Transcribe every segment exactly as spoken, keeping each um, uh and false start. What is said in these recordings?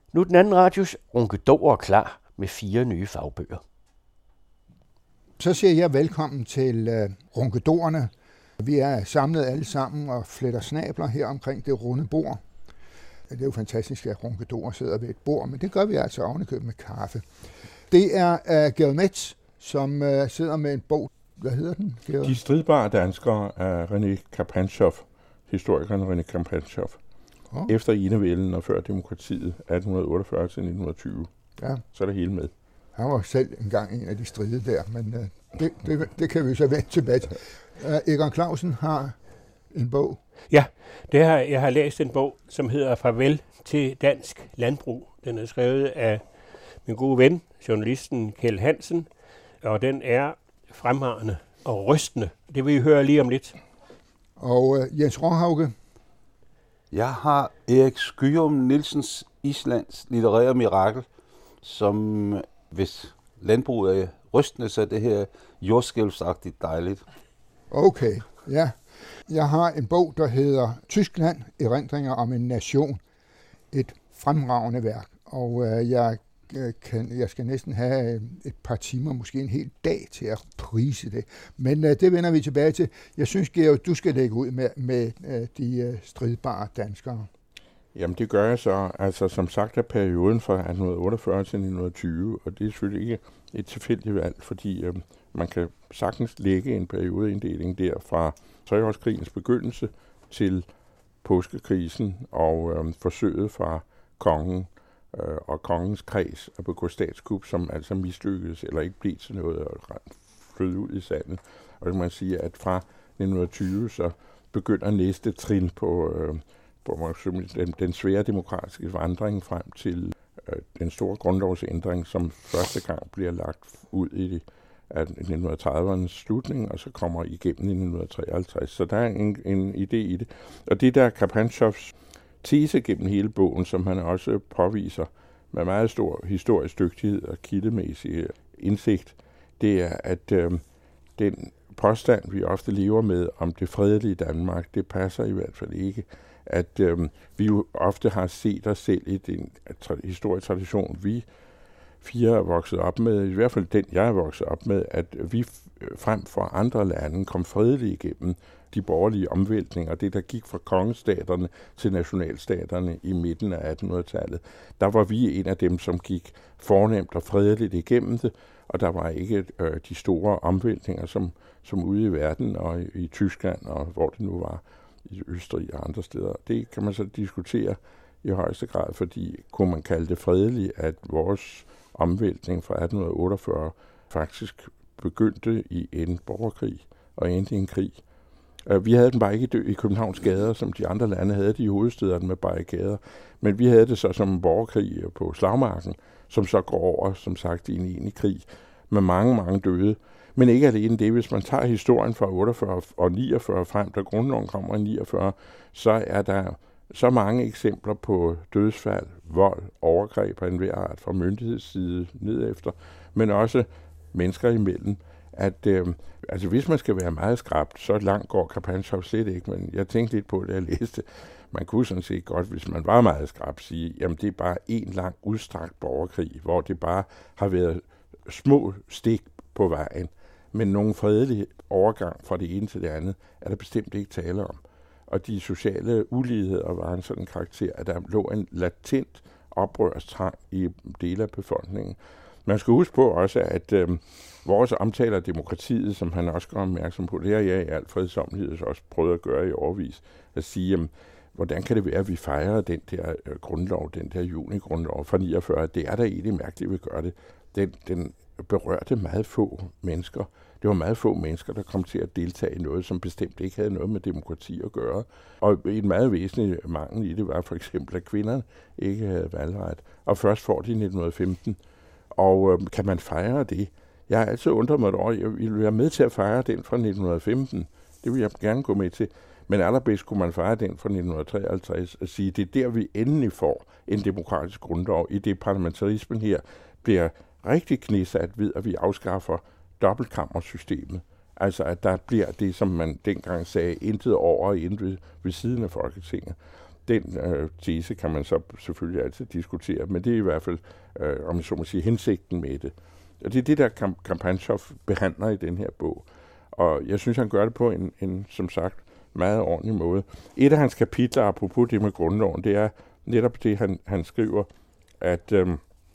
Nu er den anden radios Ronkedor klar med fire nye fagbøger. Så siger jeg velkommen til uh, Ronkedorerne. Vi er samlet alle sammen og fletter snabler her omkring det runde bord. Det er jo fantastisk, at Ronkedor sidder ved et bord, men det gør vi altså ovenikøbet med kaffe. Det er uh, Georg Metz, som uh, sidder med en bog. Hvad hedder den, Georg? De stridbare danskere af René Karpantzow, historikeren René Karpantzow. Oh. Efter enevælden og før demokratiet, atten otteogfyrre til nitten tyve. Ja. Så er det hele med. Han var selv engang en af de stride der, men uh, det, det, det kan vi så vende tilbage til. Uh, Egon Clausen har en bog. Ja, det har, jeg har læst en bog, som hedder Farvel til dansk landbrug. Den er skrevet af min gode ven, journalisten Kjeld Hansen, og den er fremragende og rystende. Det vil I høre lige om lidt. Og uh, Jens Råhauke? Jeg har Erik Skyum Nielsens Islands litterære mirakel, som hvis landbruget er rystende, så er det her jordskælvsagtigt dejligt. Okay, ja. Jeg har en bog, der hedder Tyskland, erindringer om en nation. Et fremragende værk, og øh, jeg, kan, jeg skal næsten have et par timer, måske en hel dag til at prise det. Men øh, det vender vi tilbage til. Jeg synes, Georg, du skal lægge ud med, med øh, de øh, stridbare danskere. Jamen det gør jeg så. Altså som sagt er perioden fra atten otteogfyrre til nitten tyve, og det er selvfølgelig ikke et tilfældigt valg, fordi øh, man kan sagtens lægge en periodeinddeling der fra treårskrigens begyndelse til påskekrisen og øh, forsøget fra kongen øh, og kongens kreds at begå statskup, som altså mislykkedes eller ikke blev til noget og flød ud i sandet. Og det kan man sige, at fra nitten tyve så begynder næste trin på øh, Den, den svære demokratiske vandring frem til øh, den store grundlovsændring, som første gang bliver lagt ud i nitten tredivernes slutning, og så kommer igennem i nitten treoghalvtreds. Så der er en, en idé i det. Og det der Karpantzows tese gennem hele bogen, som han også påviser med meget stor historisk dygtighed og kildemæssig indsigt, det er, at øh, den påstand, vi ofte lever med om det fredelige Danmark, det passer i hvert fald ikke. At øh, vi jo ofte har set os selv i den historisk tradition, vi fire er vokset op med, i hvert fald den, jeg er vokset op med, at vi frem for andre lande kom fredeligt igennem de borgerlige omvæltninger, det der gik fra kongestaterne til nationalstaterne i midten af attenhundredetallet. Der var vi en af dem, som gik fornemt og fredeligt igennem det, og der var ikke øh, de store omvæltninger, som, som ude i verden og i, i Tyskland og hvor det nu var, i Østrig og andre steder. Det kan man så diskutere i højeste grad, fordi kunne man kalde det fredeligt, at vores omvæltning fra atten otteogfyrre faktisk begyndte i en borgerkrig og endte i en krig. Vi havde den bare ikke i Københavns gader, som de andre lande havde de i hovedstederne med barrikader, men vi havde det så som en borgerkrig på slagmarken, som så går over, som sagt, i en egentlig krig med mange, mange døde. Men ikke alene det, hvis man tager historien fra otteogfyrre og niogfyrre frem, da grundloven kommer i niogfyrre, så er der så mange eksempler på dødsfald, vold, overgreb af enhver art fra myndighedsside nedefter, men også mennesker imellem, at øh, altså hvis man skal være meget skrapt, så langt går Karpantzow slet ikke, men jeg tænkte lidt på det, jeg læste. Man kunne sådan set godt, hvis man var meget skrapt, sige, jamen det er bare en lang udstrakt borgerkrig, hvor det bare har været små stik på vejen. Men nogen fredelig overgang fra det ene til det andet er der bestemt ikke tale om. Og de sociale uligheder var en sådan karakter, at der lå en latent oprørstrang i dele af befolkningen. Man skal huske på også, at øh, vores omtaler af demokratiet, som han også gør opmærksom på, det har jeg i al fredsommelighed også prøvet at gøre i årevis, at sige, jamen, hvordan kan det være, at vi fejrer den der øh, grundlov, den der juni-grundlov fra niogfyrre? Det er da egentlig mærkeligt, at vi gør det. Den, den berørte meget få mennesker. Det var meget få mennesker, der kom til at deltage i noget, som bestemt ikke havde noget med demokrati at gøre. Og en meget væsentlig mangel i det var for eksempel, at kvinderne ikke havde valgret. Og først får de i nitten femten. Og øh, kan man fejre det? Jeg har altid undret mig over, jeg ville være med til at fejre den fra nitten femten. Det vil jeg gerne gå med til. Men allerbedst kunne man fejre den fra nitten treoghalvtreds og sige, det er der, vi endelig får en demokratisk grundlov, i det parlamentarismen her bliver rigtig knæsat ved, at vi afskaffer dobbeltkammersystemet. Altså, at der bliver det, som man dengang sagde, intet over og intet ved, ved siden af Folketinget. Den øh, tese kan man så selvfølgelig altid diskutere, men det er i hvert fald, øh, om jeg så må sige, hensigten med det. Og det er det, der Kampantzow behandler i den her bog. Og jeg synes, han gør det på en, en, som sagt, meget ordentlig måde. Et af hans kapitler, apropos det med grundloven, det er netop det, han, han skriver, at øh,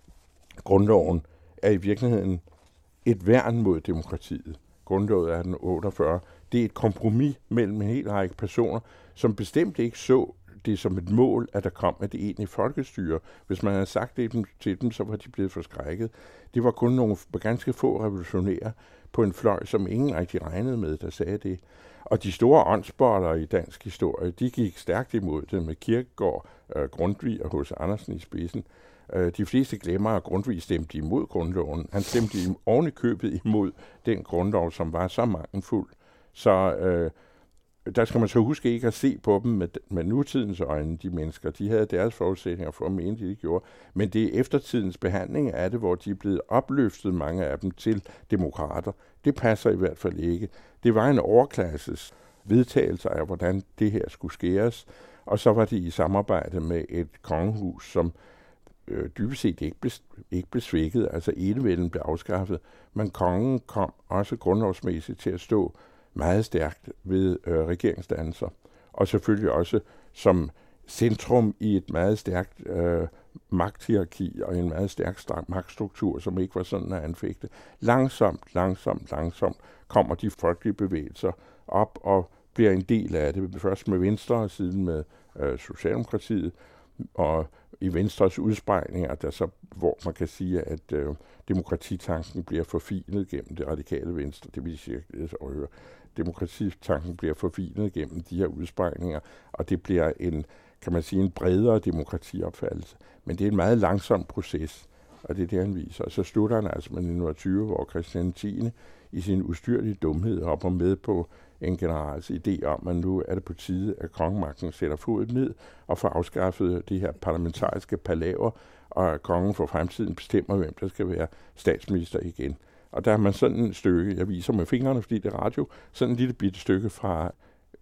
grundloven er i virkeligheden et værn mod demokratiet. Grundloven er den otteogfyrre. Det er et kompromis mellem en hel række personer, som bestemt ikke så det som et mål, at der kom af det egentlige folkestyre. Hvis man havde sagt det til dem, så var de blevet forskrækket. Det var kun nogle ganske få revolutionære på en fløj, som ingen rigtig regnede med, der sagde det. Og de store åndsboller i dansk historie, de gik stærkt imod det med Kierkegaard, øh, Grundtvig og H C Andersen i spidsen. Øh, de fleste glemmer, at Grundtvig stemte imod grundloven. Han stemte oven i købet imod den grundlov, som var så mangelfuld. Så øh, der skal man så huske ikke at se på dem med, med nutidens øjne, de mennesker. De havde deres forudsætninger for at mene, de gjorde. Men det er eftertidens behandling af det, hvor de er blevet opløftet, mange af dem, til demokrater. Det passer i hvert fald ikke. Det var en overklasses vedtagelse af, hvordan det her skulle skæres. Og så var det i samarbejde med et kongehus, som øh, dybest set ikke blev, ikke blev svækket. Altså enevælden blev afskaffet. Men kongen kom også grundlovsmæssigt til at stå meget stærkt ved øh, regeringsdannelser, og selvfølgelig også som centrum i et meget stærkt øh, magthierarki og en meget stærk magtstruktur, som ikke var sådan at anfægte. Langsomt, langsomt, langsomt kommer de folkelige bevægelser op og bliver en del af det. Først med Venstre og siden med øh, Socialdemokratiet, og i Venstres udspejlinger, der så, hvor man kan sige, at øh, demokratitanken bliver forfinet gennem det radikale Venstre, det vil sige, at høre. Demokratitanken bliver forfinet gennem de her udspejlinger, og det bliver en, kan man sige, en bredere demokratiopfattelse. Men det er en meget langsom proces, og det er det, han viser. Og så slutter han altså med nitten tyve, hvor Christian tiende i sin ustyrlige dumhed hopper med på en generals idé om, at nu er det på tide, at kongemagten sætter foden ned og får afskaffet de her parlamentariske palaver, og at kongen for fremtiden bestemmer, hvem der skal være statsminister igen. Og der er man sådan et stykke, jeg viser med fingrene, fordi det er radio, sådan et lille bitte stykke fra,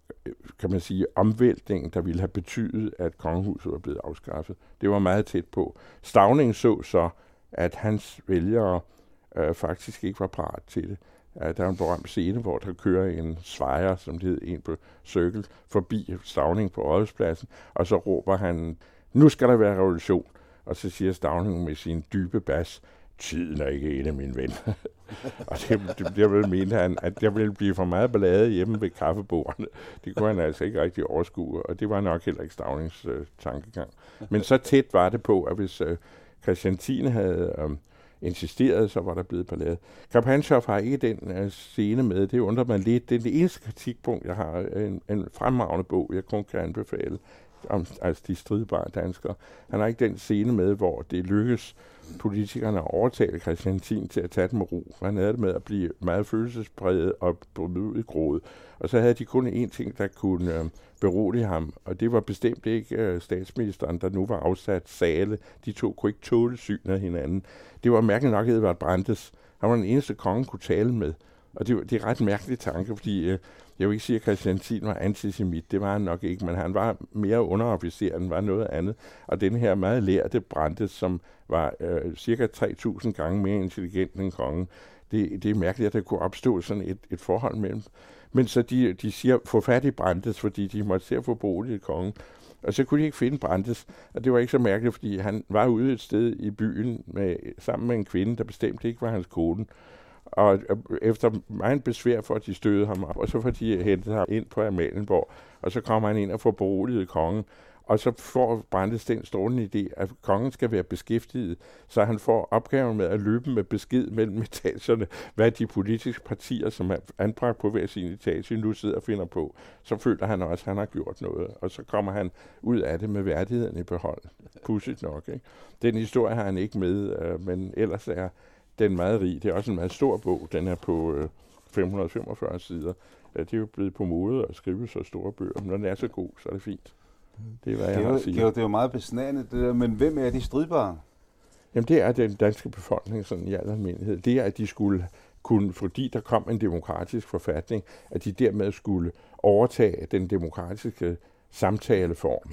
kan man sige, omvæltningen, der ville have betydet, at kongehuset var blevet afskaffet. Det var meget tæt på. Stauning så så, at hans vælgere øh, faktisk ikke var parat til det. Uh, der er en berømt scene, hvor der kører en svejer, som det hed, en på cykel, forbi Stauning på Rådhuspladsen, og så råber han, nu skal der være revolution. Og så siger Stauning med sin dybe bas, tiden er ikke en af mine venner. Og det, det, det ville mene han, at der ville blive for meget ballade hjemme ved kaffebordene. Det kunne han altså ikke rigtig overskue, og det var nok heller ikke Staunings øh, tankegang. Men så tæt var det på, at hvis øh, Christian tiende havde øh, insisteret, så var der blevet ballade. Kampantzow har ikke den øh, scene med, det undrer mig lidt. Det er det eneste kritikpunkt, jeg har, en, en fremragende bog, jeg kun kan anbefale, om altså de stridbare danskere. Han har ikke den scene med, hvor det lykkes politikerne at overtale Christian tiende til at tage det med ro. Han havde det med at blive meget følelsespræget og bryde ud i grådet. Og så havde de kun én ting, der kunne øh, berolige ham, og det var bestemt ikke øh, statsministeren, der nu var afsat Sale. De to kunne ikke tåle synet af hinanden. Det var mærkeligt nok, at Edvard Brandes. Han var den eneste kongen kunne tale med. Og det, det er ret mærkeligt tanke, fordi øh, jeg vil ikke sige, at Christian tiende var antisemit. Det var han nok ikke, men han var mere underofficer, end var noget andet. Og den her meget lærte Brandes, som var øh, cirka tre tusind gange mere intelligent end kongen, det, det er mærkeligt, at der kunne opstå sådan et, et forhold mellem. Men så de, de siger, få fat i Brandes, fordi de måtte se at få bolig i kongen. Og så kunne de ikke finde Brandes, og det var ikke så mærkeligt, fordi han var ude et sted i byen med, sammen med en kvinde, der bestemt ikke var hans kone. Og efter meget besvær for, at de stødede ham op, og så får de hentet ham ind på Amalienborg, og så kommer han ind og får beroliget kongen. Og så får Brandes den strålende idé, at kongen skal være beskæftiget, så han får opgaven med at løbe med besked mellem etagerne, hvad de politiske partier, som er anbragt på hver sin etage, nu sidder og finder på. Så føler han også, at han har gjort noget, og så kommer han ud af det med værdigheden i behold. Pudsigt nok, ikke? Den historie har han ikke med, men ellers er den meget rig. Det er også en meget stor bog. Den er på øh, fem hundrede og femogfyrre sider. Ja, det er jo blevet på mode at skrive så store bøger. Men når den er så god, så er det fint. Det er, hvad jeg det er, har jo, at sige. det, er jo, det er jo meget besnærende, det der. Men hvem er de stridbare? Jamen, det er den danske befolkning sådan i al almindelighed. Det er, at de skulle kunne, fordi der kom en demokratisk forfatning, at de dermed skulle overtage den demokratiske samtaleform.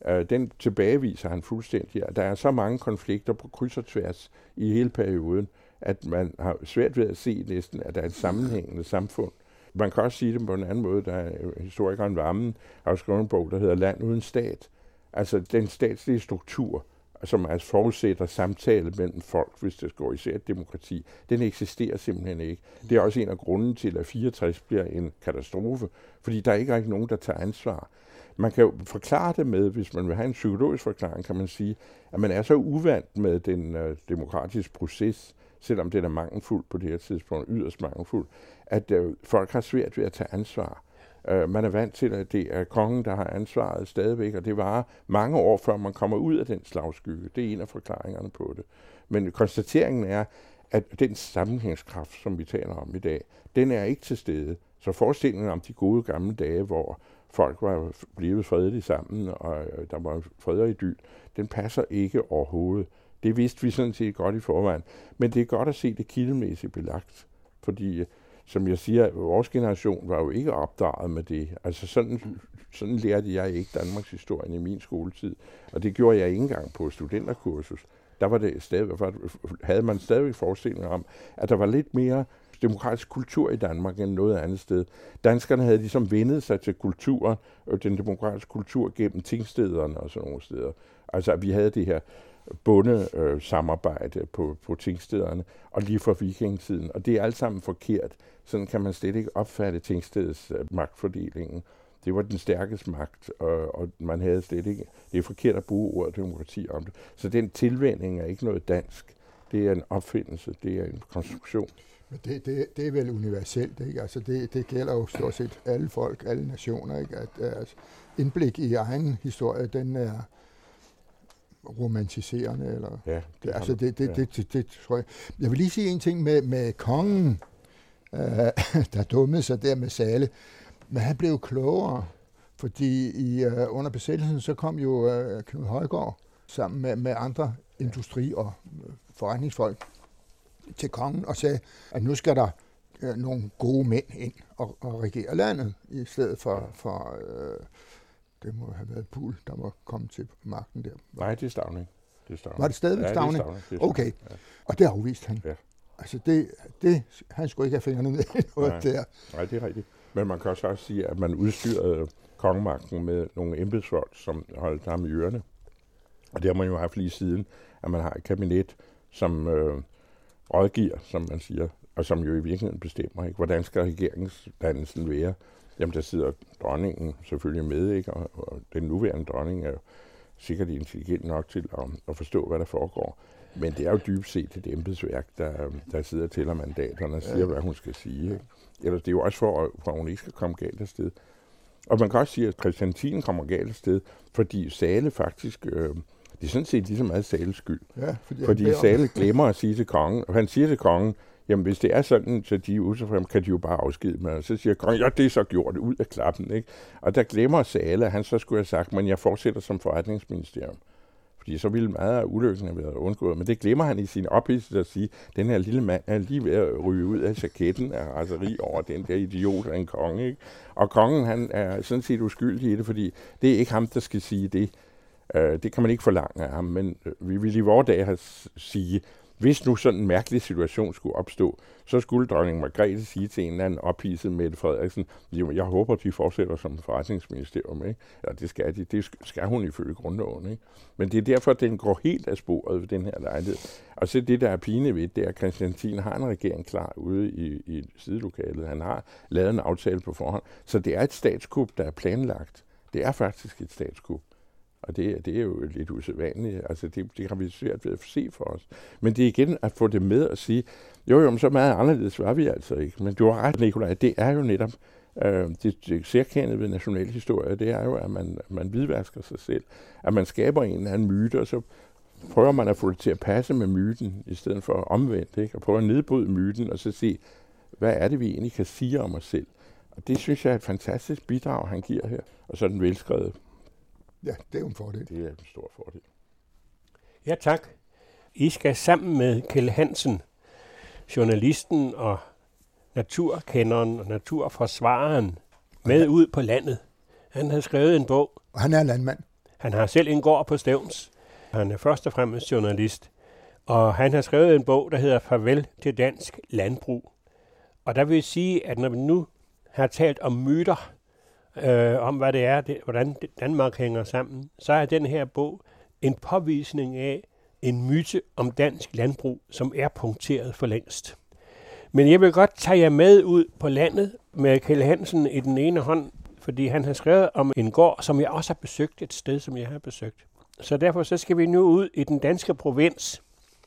Øh, den tilbageviser han fuldstændig. Der er så mange konflikter på kryds og tværs i hele perioden, at man har svært ved at se næsten, at der er et sammenhængende samfund. Man kan også sige det på en anden måde. Der er historikeren Vammen har skrevet en bog, der hedder Land uden stat. Altså den statslige struktur, som altså forudsætter samtale mellem folk, hvis det går især et demokrati, den eksisterer simpelthen ikke. Det er også en af grunden til, at fireogtres bliver en katastrofe, fordi der er ikke rigtig nogen, der tager ansvar. Man kan jo forklare det med, hvis man vil have en psykologisk forklaring, kan man sige, at man er så uvant med den øh, demokratiske proces, selvom den er mangelfuld på det her tidspunkt, yderst mangelfuld, at øh, folk har svært ved at tage ansvar. Uh, man er vant til, at det er kongen, der har ansvaret stadigvæk, og det varer mange år, før man kommer ud af den slagskygge. Det er en af forklaringerne på det. Men konstateringen er, at den sammenhængskraft, som vi taler om i dag, den er ikke til stede. Så forestillingen om de gode gamle dage, hvor folk var blevet fredelige sammen, og der var fred og idyl, den passer ikke overhovedet. Det vidste vi sådan set godt i forvejen. Men det er godt at se det kildemæssigt belagt, fordi som jeg siger, vores generation var jo ikke opdraget med det. Altså sådan, sådan lærte jeg ikke Danmarks historien i min skoletid. Og det gjorde jeg ikke engang på studenterkursus. Der var det stadig, havde man stadig forestillinger om, at der var lidt mere demokratisk kultur i Danmark end noget andet sted. Danskerne havde ligesom vendet sig til kulturen, og den demokratiske kultur gennem tingstederne og sådan nogle steder. Altså vi havde det her bondesamarbejde øh, på, på tingstederne, og lige fra vikingetiden. Og det er alt sammen forkert. Sådan kan man slet ikke opfatte tingstedets øh, magtfordelingen. Det var den stærkeste magt, og, og man havde slet ikke... Det er forkert at bruge ordet demokrati om det. Så den tilvænning er ikke noget dansk. Det er en opfindelse, det er en konstruktion. Men det, det, det er vel universelt, ikke? Altså det, det gælder jo stort set alle folk, alle nationer, ikke? At altså, indblik i egen historie, den er romantiserende, eller... Ja, det, det, altså det, det, ja. det, det, det tror jeg. Jeg vil lige sige en ting med, med kongen, øh, der dummede sig der med Zahle, men han blev klogere, fordi i, øh, under besættelsen, så kom jo øh, Knud Højgaard sammen med, med andre industri- og forretningsfolk til kongen og sagde, at nu skal der øh, nogle gode mænd ind og, og regere landet, i stedet for, for øh, det må have været Buhl, der var kommet til magten der. Nej, det er Stauning. Det er Stauning. Var det stadigvæk ja, Stauning? Det er Stauning. Det er Stauning. Okay, ja. Og det afviste han. Ja. Altså det, det, han skulle ikke have fingrene med i noget Nej. der. Nej, det er rigtigt. Men man kan også, også sige, at man udstyrede kongemagten med nogle embedsfolk, som holdt ham i ørerne. Og det har man jo haft lige siden, at man har et kabinet, som øh, rådgiver, som man siger, og som jo i virkeligheden bestemmer, ikke? Hvordan skal regeringsdannelsen være? Jamen, der sidder dronningen selvfølgelig med, ikke? Og, og den nuværende dronning er jo sikkert intelligent nok til at, at forstå, hvad der foregår. Men det er jo dybest set et embedsværk, der, der sidder til af mandaterne og siger, ja. Hvad hun skal sige. Ikke? Ellers det er jo også for, for, at hun ikke skal komme galt afsted. Og man kan også sige, at Christian tiende kommer galt afsted, fordi Zahle faktisk... Øh, det er sådan set lige så meget Zahles skyld. Ja, fordi fordi Zahle glemmer at sige til kongen, og han siger til kongen, jamen hvis det er sådan, så de er utilfredse, kan de jo bare afskede med. Og så siger kongen, ja, det er så gjort ud af klappen. Ikke? Og der glemmer Zahle, at han så skulle have sagt, men jeg fortsætter som forretningsministerium. Fordi så ville meget af ulykken have været undgået. Men det glemmer han i sin ophidselse at sige, den her lille mand er lige ved at ryge ud af jaketten af raseri over den der idiot af en konge. Ikke? Og kongen, han er sådan set uskyldig i det, fordi det er ikke ham, der skal sige det. Uh, det kan man ikke forlange af ham, men vi vil i vores dag have sige, hvis nu sådan en mærkelig situation skulle opstå, så skulle dronning Margrethe sige til en eller anden ophidset Mette Frederiksen, jeg håber, de fortsætter som forretningsministerium, ikke? Ja, det skal de. Det skal hun ifølge grundloven, ikke? Men det er derfor, at den går helt af sporet ved den her lejlighed. Og så det, der er pine ved, det er, at Christian tiende har en regering klar ude i, i sidelokalet. Han har lavet en aftale på forhånd. Så det er et statskup, der er planlagt. Det er faktisk et statskup. Og det, det er jo lidt usædvanligt. Altså, det, det har vi svært ved at se for os. Men det er igen at få det med at sige, jo jo, men så meget anderledes var vi altså ikke. Men du har ret, Nikolaj, det er jo netop øh, det, det særkendte ved nationalhistorie, det er jo, at man, man hvidvasker sig selv. At man skaber en eller anden myte, og så prøver man at få det til at passe med myten, i stedet for omvendt, ikke? Og prøve at nedbryde myten, og så se, hvad er det, vi egentlig kan sige om os selv. Og det synes jeg er et fantastisk bidrag, han giver her. Og så er den velskrevet. Ja, det er jo en fordel. Det er en stor fordel. Ja, tak. I skal sammen med Kjeld Hansen, journalisten og naturkenderen og naturforsvareren, med ud på landet. Han har skrevet en bog. Og han er landmand. Han har selv en gård på Stevns. Han er først og fremmest journalist. Og han har skrevet en bog, der hedder Farvel til dansk landbrug. Og der vil jeg sige, at når vi nu har talt om myter, øh, om hvad det er, det, hvordan Danmark hænger sammen, så er den her bog en påvisning af en myte om dansk landbrug, som er punkteret for længst. Men jeg vil godt tage jer med ud på landet med Kjeld Hansen i den ene hånd, fordi han har skrevet om en gård, som jeg også har besøgt, et sted, som jeg har besøgt. Så derfor så skal vi nu ud i den danske provins.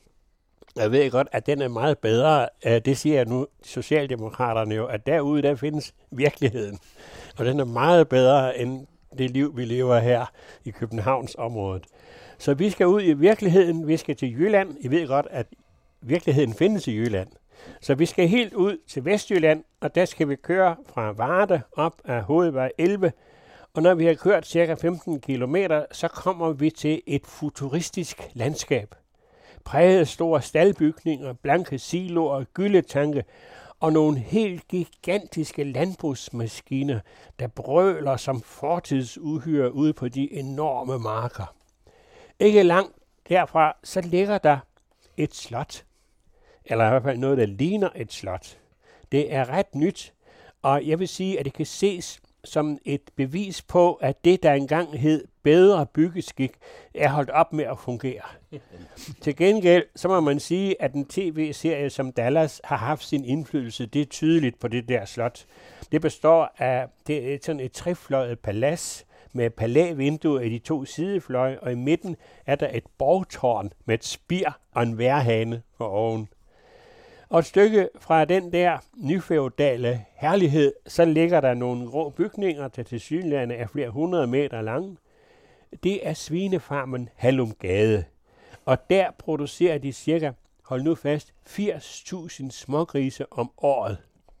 Jeg ved godt, at den er meget bedre. Det siger nu Socialdemokraterne jo, at derude der findes virkeligheden. Og den er meget bedre end det liv, vi lever her i Københavns området. Så vi skal ud i virkeligheden. Vi skal til Jylland. I ved godt, at virkeligheden findes i Jylland. Så vi skal helt ud til Vestjylland, og der skal vi køre fra Varde op ad hovedvej elleve. Og når vi har kørt cirka femten kilometer, så kommer vi til et futuristisk landskab. Præget af store staldbygninger, blanke siloer, gyldetanke og nogle helt gigantiske landbrugsmaskiner, der brøler som fortidsuhyre ude på de enorme marker. Ikke langt derfra, så ligger der et slot. Eller i hvert fald noget, der ligner et slot. Det er ret nyt, og jeg vil sige, at det kan ses som et bevis på, at det, der engang hed bedre byggeskik, er holdt op med at fungere. Til gengæld, så må man sige, at en tv-serie som Dallas har haft sin indflydelse. Det er tydeligt på det der slot. Det består af det er sådan et trefløjet palads med palævinduer i de to sidefløje, og i midten er der et borgtårn med et spir og en vejrhane for oven. Og et stykke fra den der nyfeudale herlighed, så ligger der nogle grå bygninger, der tilsyneladende er flere hundrede meter lange. Det er svinefarmen Hallumgade. Og der producerer de cirka, hold nu fast, firs tusind smågrise om året.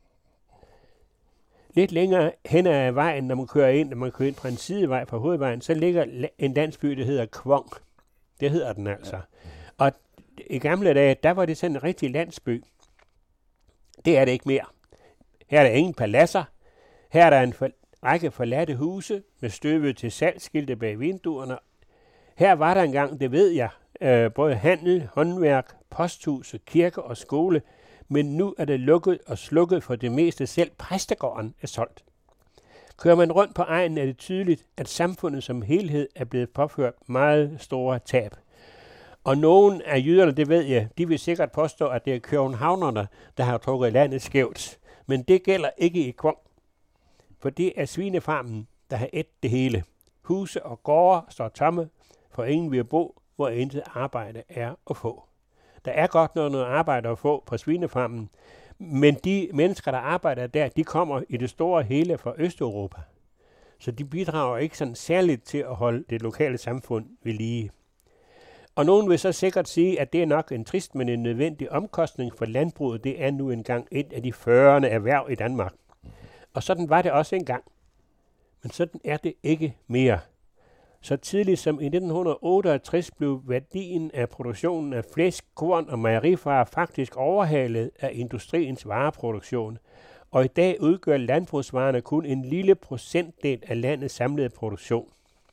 Lidt længere hen ad vejen, når man kører ind, når man kører ind fra en sidevej fra hovedvejen, så ligger en landsby, der hedder Kvong. Det hedder den altså. Og i gamle dage, der var det sådan en rigtig landsby. Det er det ikke mere. Her er der ingen paladser. Her er der en for, række forladte huse med støvet til salgsskilte bag vinduerne. Her var der engang, det ved jeg, øh, både handel, håndværk, posthuse, kirke og skole, men nu er det lukket og slukket for det meste. Selv præstegården er solgt. Kører man rundt på egnen, er det tydeligt, at samfundet som helhed er blevet påført meget store tab. Og nogle af jyderne, det ved jeg, de vil sikkert påstå, at det er københavnerne, der har trukket landet skævt. Men det gælder ikke i Kvong. For det er svinefarmen, der har ædt det hele. Huse og gårde står tomme, for ingen vil bo, hvor intet arbejde er at få. Der er godt noget, noget arbejde at få på svinefarmen, men de mennesker, der arbejder der, de kommer i det store hele fra Østeuropa. Så de bidrager ikke sådan særligt til at holde det lokale samfund ved lige. Og nogen vil så sikkert sige, at det er nok en trist, men en nødvendig omkostning for landbruget. Det er nu engang et af de førende erhverv i Danmark. Og sådan var det også engang. Men sådan er det ikke mere. Så tidligt som i nitten otteogtres blev værdien af produktionen af flæsk, korn og mejerivarer faktisk overhalet af industriens vareproduktion. Og i dag udgør landbrugsvarerne kun en lille procentdel af landets samlede produktion.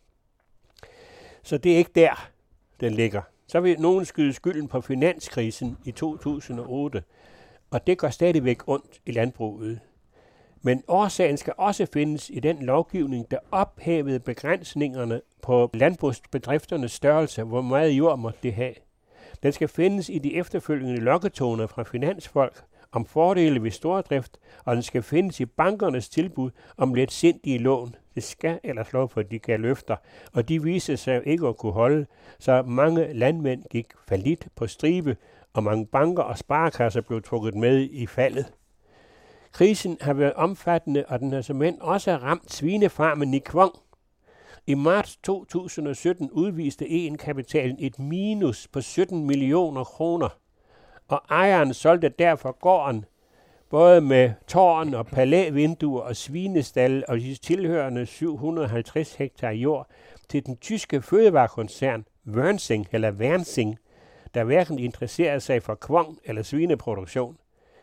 Så det er ikke der, den ligger. Så vil nogen skyde skylden på finanskrisen i to tusind og otte, og det går stadigvæk ondt i landbruget. Men årsagen skal også findes i den lovgivning, der ophævede begrænsningerne på landbrugsbedrifternes størrelse, hvor meget jord måtte det have. Den skal findes i de efterfølgende lokketoner fra finansfolk om fordele ved stordrift, og den skal findes i bankernes tilbud om letsindige lån. Det skal ellers lov for, at de gav løfter, og de viste sig ikke at kunne holde, så mange landmænd gik fallit på stribe, og mange banker og sparekasser blev trukket med i faldet. Krisen har været omfattende, og den har såmænd også ramt svinefarmen i Kvong. I marts to tusind og sytten udviste egenkapitalen et minus på sytten millioner kroner, og ejeren solgte derfor gården, både med tårn og palævinduer og svinestalde og de tilhørende syv hundrede og halvtreds hektar jord til den tyske fødevarekoncern Wernzing eller Wernzing, der hverken interesserede sig for Kvong eller svineproduktion.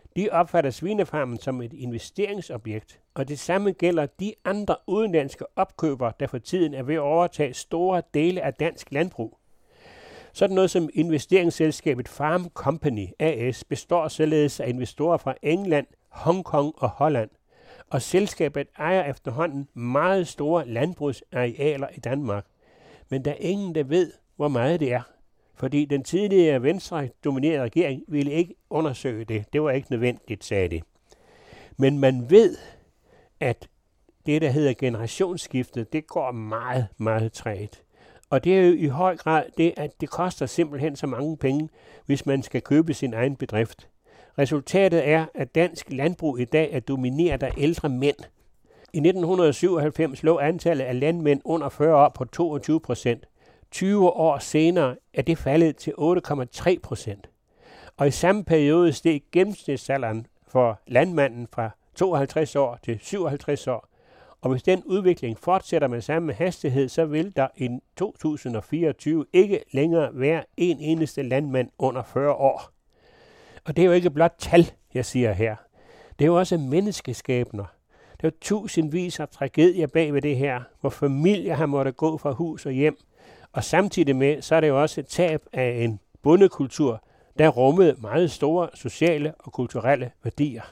De opfatter svinefarmen som et investeringsobjekt, og det samme gælder de andre udenlandske opkøbere, der for tiden er ved at overtage store dele af dansk landbrug. Sådan noget som investeringsselskabet Farm Company A S består således af investorer fra England, Hongkong og Holland, og selskabet ejer efterhånden meget store landbrugsarealer i Danmark. Men der er ingen, der ved, hvor meget det er, fordi den tidligere venstre-dominerede regering ville ikke undersøge det. Det var ikke nødvendigt, sagde det. Men man ved, at det, der hedder generationsskiftet, det går meget, meget trægt. Og det er jo i høj grad det, at det koster simpelthen så mange penge, hvis man skal købe sin egen bedrift. Resultatet er, at dansk landbrug i dag er domineret af ældre mænd. I nitten syvoghalvfems lå antallet af landmænd under fyrre år på toogtyve procent. tyve år senere er det faldet til otte komma tre procent. Og i samme periode steg gennemsnitsalderen for landmanden fra tooghalvtreds år til syvoghalvtreds år. Og hvis den udvikling fortsætter med samme hastighed, så vil der i to tusind fireogtyve ikke længere være en eneste landmand under fyrre år. Og det er jo ikke blot tal, jeg siger her. Det er jo også menneskeskæbner. Der er tusindvis af tragedier bag ved det her, hvor familier har måttet gå fra hus og hjem. Og samtidig med, så er det jo også et tab af en bondekultur, der rummede meget store sociale og kulturelle værdier.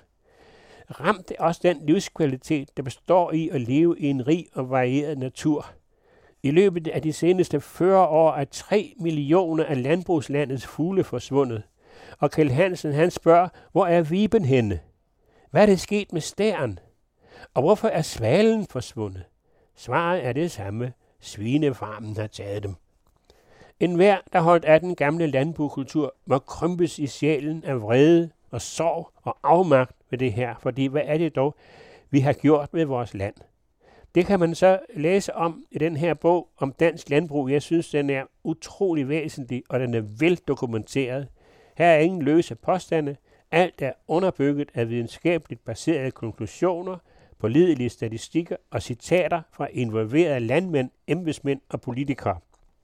Ramt er også den livskvalitet, der består i at leve i en rig og varieret natur. I løbet af de seneste fyrre år er tre millioner af landbrugslandets fugle forsvundet. Og Kjeld Hansen, han spørger, hvor er viben henne? Hvad er det sket med stæren? Og hvorfor er svalen forsvundet? Svaret er det samme. Svinefarmen har taget dem. En hver, der holdt af den gamle landbrugskultur, må krympes i sjælen af vrede og sorg og afmagt ved det her, fordi hvad er det dog, vi har gjort med vores land? Det kan man så læse om i den her bog om dansk landbrug. Jeg synes, den er utrolig væsentlig, og den er veldokumenteret. Her er ingen løse påstande. Alt er underbygget af videnskabeligt baserede konklusioner, pålidelige statistikker og citater fra involverede landmænd, embedsmænd og politikere.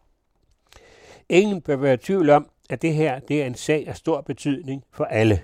Ingen bør være i tvivl om, at det her det er en sag af stor betydning for alle.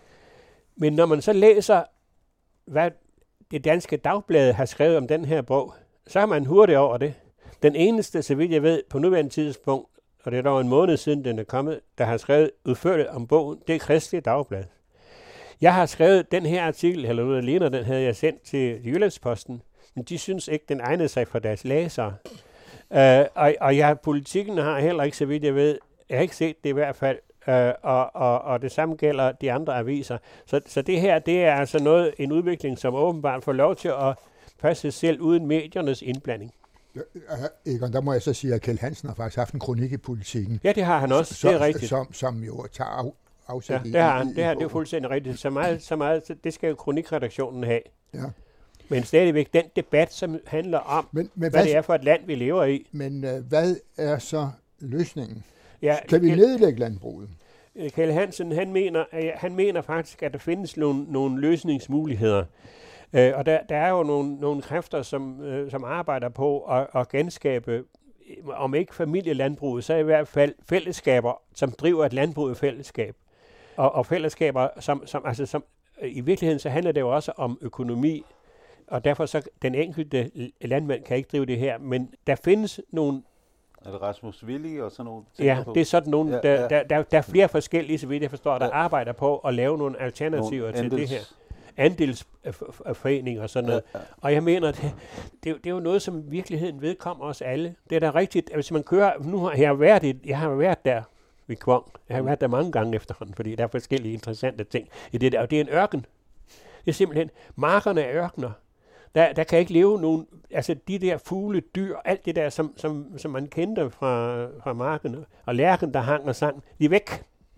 Men når man så læser, hvad det danske dagblad har skrevet om den her bog, så er man hurtigt over det. Den eneste, så vidt jeg ved, på nuværende tidspunkt, og det er dog en måned siden, den er kommet, der har skrevet udførligt om bogen, det er Kristeligt Dagblad. Jeg har skrevet den her artikel, eller noget ligner, den havde jeg sendt til Jyllandsposten, men de synes ikke, den egnede sig for deres læsere. Uh, og og jeg, politikken har heller ikke, så vidt jeg ved, jeg har ikke set det i hvert fald, uh, og, og, og det samme gælder de andre aviser. Så, så det her, det er altså noget, en udvikling, som åbenbart får lov til at passe sig selv uden mediernes indblanding. Ja, Egon, der må jeg så sige, at Kjeld Hansen har faktisk haft en kronik i Politikken. Ja, det har han også, som, det er rigtigt. Som, som jo tager af, afsæt ja, i. det har han, det, her, det er fuldstændig rigtigt. Så meget, så meget, det skal jo kronikredaktionen have. Ja. Men stadigvæk den debat, som handler om, men, men hvad, hvad det er for et land, vi lever i. Men uh, hvad er så løsningen? Ja, kan vi nedlægge landbruget? Kjeld Hansen, han mener, han mener faktisk, at der findes nogle, nogle løsningsmuligheder. Uh, og der, der er jo nogle, nogle kræfter, som, uh, som arbejder på at, at genskabe, om ikke familielandbruget, så i hvert fald fællesskaber, som driver et landbrug i fællesskab. Og, og fællesskaber, som, som, altså, som i virkeligheden, så handler det jo også om økonomi. Og derfor så den enkelte landmand kan ikke drive det her, men der findes nogle... Er det Rasmus Willig og sådan nogle ting? Ja, det er sådan nogle, ja, der, ja. Der, der, der er flere forskellige, så vidt jeg forstår, der ja. arbejder på at lave nogle alternativer nogle til andels... det her. Andelsforeninger og sådan noget. Ja, ja. Og jeg mener, det, det, det er jo noget, som i virkeligheden vedkommer os alle. Det er da rigtigt, at hvis man kører... Nu har jeg været, i, jeg har været der ved Kvong. Jeg har været der mange gange efterhånden, fordi der er forskellige interessante ting i det der. Og det er en ørken. Det er simpelthen... Markerne er ørkener. Der, der kan ikke leve nogen, altså de der fugle, dyr, alt det der, som, som, som man kendte fra, fra marken, og lærken, der hang og sang, de er væk.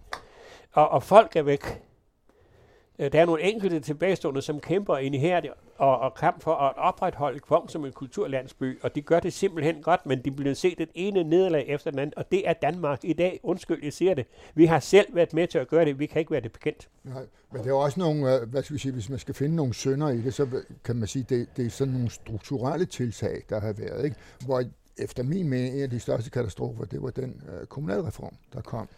Og, og folk er væk. Der er nogle enkelte tilbagestående, som kæmper ind i her og, og kamp for at opretholde Kvong som en kulturlandsby, og de gør det simpelthen godt, men de bliver set et ene nederlag efter den anden, og det er Danmark i dag. Undskyld, jeg siger det. Vi har selv været med til at gøre det, vi kan ikke være det bekendt. Nej, men det er også nogle, hvad skal vi sige, hvis man skal finde nogle synder i det, så kan man sige, det, det er sådan nogle strukturelle tiltag, der har været, ikke? Hvor efter min mening, en af de største katastrofer, det var den uh, kommunalreform, der kom.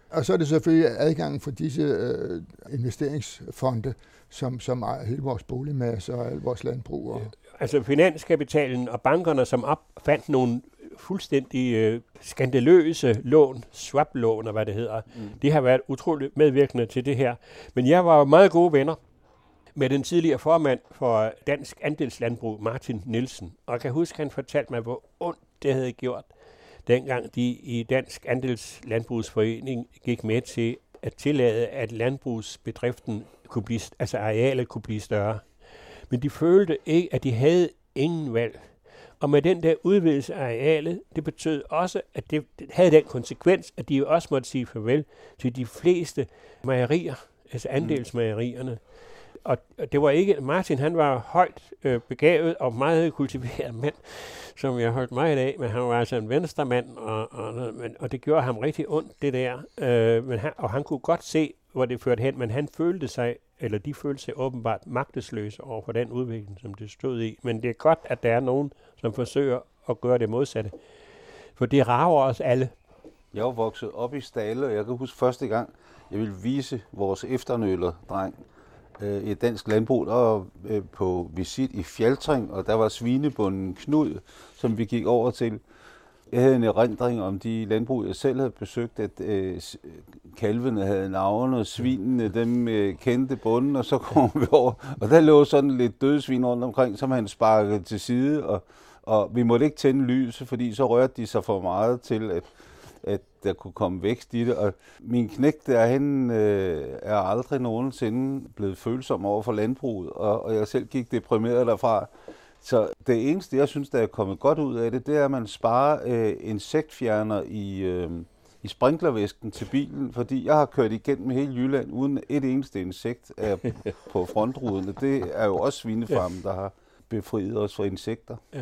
Og så er det selvfølgelig adgangen for disse øh, investeringsfonde, som, som ejer hele vores boligmasse og al vores landbrug. Og... Altså finanskapitalen og bankerne, som opfandt nogle fuldstændig øh, skandaløse lån, swap-lån og hvad det hedder, mm. det har været utroligt medvirkende til det her. Men jeg var jo meget gode venner med den tidligere formand for Dansk Andelslandbrug, Martin Nielsen. Og jeg kan huske, han fortalte mig, hvor ondt det havde gjort, dengang de i Dansk Andelslandbrugsforening gik med til at tillade, at landbrugsbedriften kunne blive, altså arealet kunne blive større. Men de følte ikke, at de havde ingen valg. Og med den der udvidelse af arealet, det betød også, at det havde den konsekvens, at de jo også måtte sige farvel til de fleste mejerier, altså andelsmejerierne. Og det var ikke, Martin han var højt øh, begavet og meget kultiveret mand, som jeg holdt meget af, men han var altså en venstremand, og, og, og det gjorde ham rigtig ondt, det der. Øh, men han, og han kunne godt se, hvor det førte hen, men han følte sig, eller de følte sig åbenbart magtesløse over for den udvikling, som det stod i. Men det er godt, at der er nogen, som forsøger at gøre det modsatte. For det rager os alle. Jeg var vokset op i Stale, og jeg kan huske første gang, jeg ville vise vores efternøler-dreng øh, i et dansk landbrug, der var øh, på visit i Fjaltring, og der var svinebunden Knud, som vi gik over til. Jeg havde en erindring om de landbrug, jeg selv havde besøgt, at øh, kalvene havde navne, og svinene, dem øh, kendte bunden, og så kom vi over. Og der lå sådan lidt døde svin rundt omkring, som han sparkede til side, og, og vi måtte ikke tænde lyset, fordi så rørte de sig for meget til, at, at der kunne komme vækst i det. Og min knægt der, han øh, er aldrig nogensinde blevet følsom over for landbruget, og, og jeg selv gik deprimeret derfra. Så det eneste, jeg synes, der er kommet godt ud af det, det er, at man sparer øh, insektfjerner i, øh, i sprinklervæsken til bilen, fordi jeg har kørt igennem hele Jylland uden et eneste insekt er på frontruden. Det er jo også svinefarmen, der har befriet os for insekter. Ja.